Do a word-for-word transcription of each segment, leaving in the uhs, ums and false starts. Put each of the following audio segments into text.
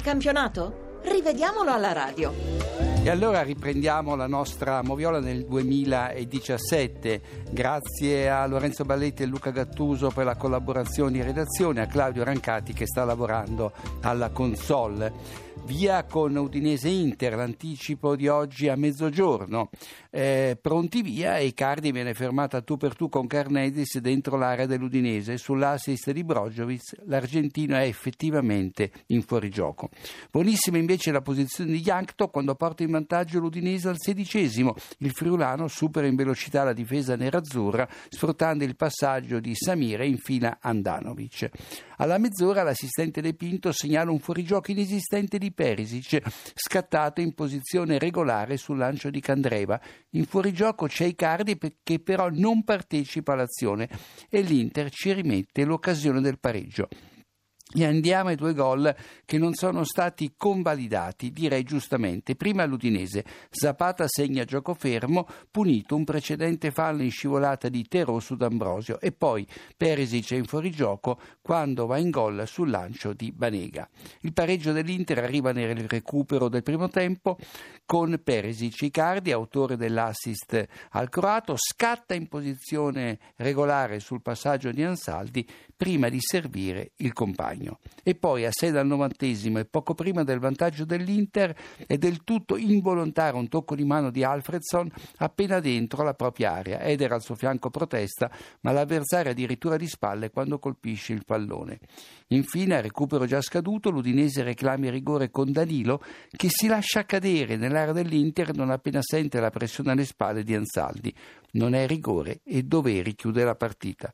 campionato? Rivediamolo alla radio. E allora riprendiamo la nostra moviola nel duemiladiciassette. Grazie a Lorenzo Balletti e Luca Gattuso per la collaborazione in redazione, a Claudio Rancati che sta lavorando alla console. Via con Udinese Inter, l'anticipo di oggi a mezzogiorno. Eh, pronti via e Icardi viene fermata tu per tu con Carnedis dentro l'area dell'Udinese. Sull'assist di Brozovic l'argentino è effettivamente in fuorigioco. Buonissima invece la posizione di Jankto quando porta in vantaggio l'Udinese al sedicesimo. Il friulano supera in velocità la difesa nerazzurra sfruttando il passaggio di Samir e infila Andanovic. Alla mezz'ora l'assistente De Pinto segnala un fuorigioco inesistente di Perisic, scattato in posizione regolare sul lancio di Candreva. In fuorigioco c'è Icardi che però non partecipa all'azione e l'Inter ci rimette l'occasione del pareggio. E andiamo ai due gol che non sono stati convalidati, direi giustamente. Prima l'Udinese, Zapata segna gioco fermo, punito un precedente fallo in scivolata di Terò su D'Ambrosio e poi Perisic è in fuorigioco quando va in gol sul lancio di Banega. Il pareggio dell'Inter arriva nel recupero del primo tempo con Perisic. Icardi, autore dell'assist al croato, scatta in posizione regolare sul passaggio di Ansaldi prima di servire il compagno. E poi a sei dal novantesimo e poco prima del vantaggio dell'Inter è del tutto involontario un tocco di mano di Alfredson appena dentro la propria area. Eder al suo fianco protesta, ma l'avversario addirittura di spalle quando colpisce il pallone. Infine, a recupero già scaduto, l'Udinese reclama il rigore con Danilo che si lascia cadere nell'area dell'Inter non appena sente la pressione alle spalle di Ansaldi. Non è rigore e Doveri chiude la partita.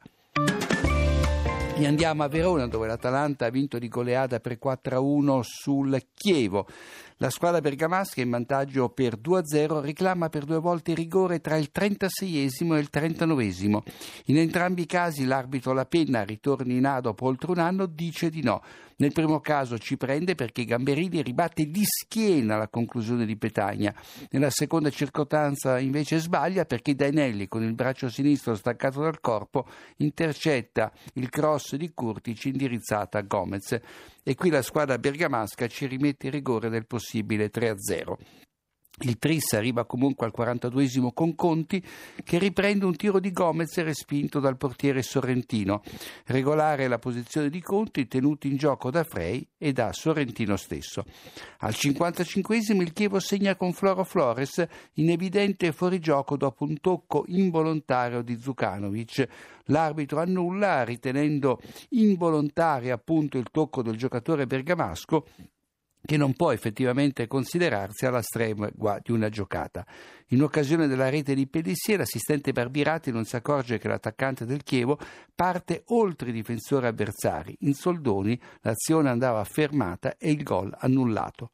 E andiamo a Verona dove l'Atalanta ha vinto di goleada per quattro a uno sul Chievo. La squadra bergamasca in vantaggio per due a zero reclama per due volte il rigore tra il trentaseiesimo e il trentanovesimo. In entrambi i casi l'arbitro La Penna, ritorni in A dopo oltre un anno, dice di no. Nel primo caso ci prende perché Gamberini ribatte di schiena la conclusione di Petagna. Nella seconda circostanza invece sbaglia perché Dainelli con il braccio sinistro staccato dal corpo intercetta il cross di Kurtic indirizzata a Gomez. E qui la squadra bergamasca ci rimette il rigore del possibile tre a zero. Il tris arriva comunque al quarantaduesimo con Conti che riprende un tiro di Gomez respinto dal portiere sorrentino. Regolare la posizione di Conti tenuto in gioco da Frey e da Sorrentino stesso. Al cinquantacinquesimo il Chievo segna con Floro Flores in evidente fuorigioco dopo un tocco involontario di Zukanovic. L'arbitro annulla ritenendo involontario appunto il tocco del giocatore bergamasco che non può effettivamente considerarsi alla stregua di una giocata. In occasione della rete di Pellissier, l'assistente Barbirati non si accorge che l'attaccante del Chievo parte oltre i difensori avversari. In soldoni l'azione andava fermata e il gol annullato.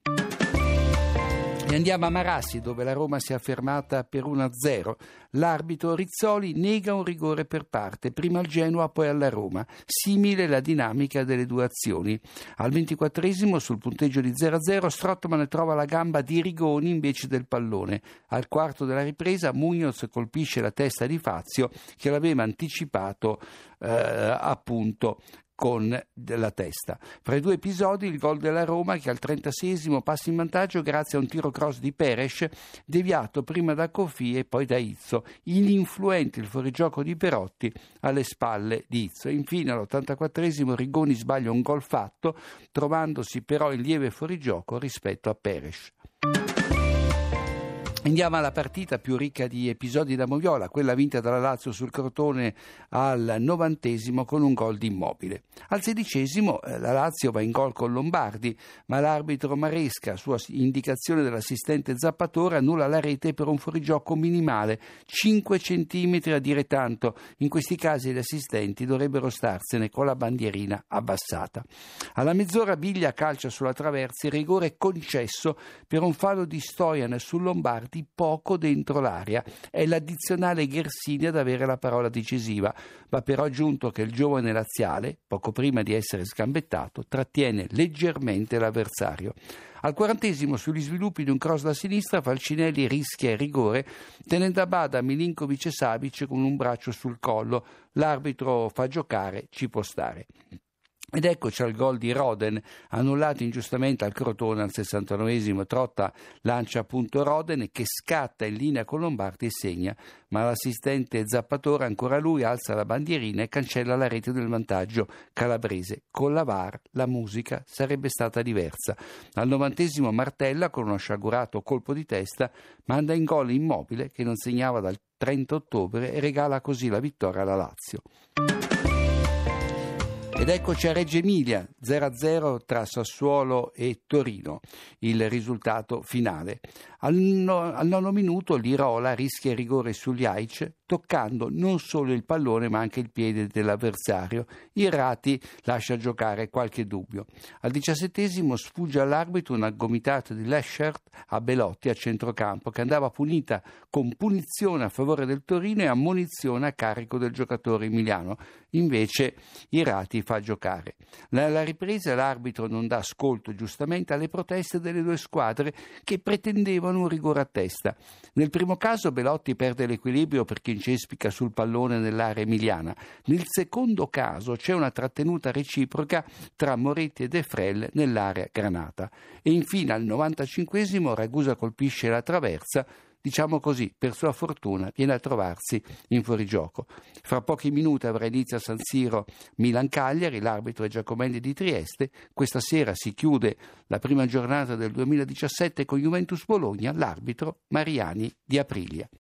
E andiamo a Marassi dove la Roma si è fermata per uno a zero. L'arbitro Rizzoli nega un rigore per parte, prima al Genoa poi alla Roma. Simile la dinamica delle due azioni. Al ventiquattresimo sul punteggio di zero a zero Strootman trova la gamba di Rigoni invece del pallone. Al quarto della ripresa Muñoz colpisce la testa di Fazio che l'aveva anticipato eh, appunto con la testa. Fra i due episodi il gol della Roma che al trentaseiesimo passa in vantaggio grazie a un tiro cross di Peres deviato prima da Kofi e poi da Izzo. Ininfluente il fuorigioco di Perotti alle spalle di Izzo. Infine all'ottantaquattresimo Rigoni sbaglia un gol fatto trovandosi però in lieve fuorigioco rispetto a Peres. Andiamo alla partita più ricca di episodi da moviola, quella vinta dalla Lazio sul Crotone al novantesimo con un gol di Immobile. Al sedicesimo la Lazio va in gol con Lombardi, ma l'arbitro Maresca, a sua indicazione dell'assistente Zappatore, annulla la rete per un fuorigioco minimale, cinque centimetri a dire tanto. In questi casi gli assistenti dovrebbero starsene con la bandierina abbassata. Alla mezz'ora Biglia calcia sulla traversa, il rigore concesso per un fallo di Stojan sul Lombardi poco dentro l'area. È l'addizionale Ghersini ad avere la parola decisiva. Va però aggiunto che il giovane laziale, poco prima di essere sgambettato, trattiene leggermente l'avversario. Al quarantesimo, sugli sviluppi di un cross da sinistra, Falcinelli rischia il rigore tenendo a bada Milinkovic e Savic con un braccio sul collo. L'arbitro fa giocare, ci può stare. Ed eccoci al gol di Roden, annullato ingiustamente al Crotone al sessantanovesimo. Trotta lancia appunto Roden che scatta in linea con Lombardi e segna, ma l'assistente Zappatore, ancora lui, alza la bandierina e cancella la rete del vantaggio calabrese. Con la V A R la musica sarebbe stata diversa. Al novantesimo Martella, con uno sciagurato colpo di testa, manda in gol Immobile, che non segnava dal trenta ottobre, e regala così la vittoria alla Lazio. Ed eccoci a Reggio Emilia, zero a zero tra Sassuolo e Torino, il risultato finale. Al, no, al nono minuto Lirola rischia il rigore sugli Aic, toccando non solo il pallone ma anche il piede dell'avversario. Irrati lascia giocare qualche dubbio. Al diciassettesimo sfugge all'arbitro una gomitata di Leschert a Belotti a centrocampo, che andava punita con punizione a favore del Torino e ammonizione a carico del giocatore emiliano. Invece Irrati fa giocare. Alla ripresa l'arbitro non dà ascolto giustamente alle proteste delle due squadre che pretendevano un rigore a testa. Nel primo caso Belotti perde l'equilibrio perché incespica sul pallone nell'area emiliana. Nel secondo caso c'è una trattenuta reciproca tra Moretti e De Frel nell'area granata. E infine al novantacinquesimo Ragusa colpisce la traversa. Diciamo così, per sua fortuna viene a trovarsi in fuorigioco. Fra pochi minuti avrà inizio a San Siro Milan-Cagliari, l'arbitro è Giacomelli di Trieste. Questa sera si chiude la prima giornata del duemiladiciassette con Juventus-Bologna, l'arbitro Mariani di Aprilia.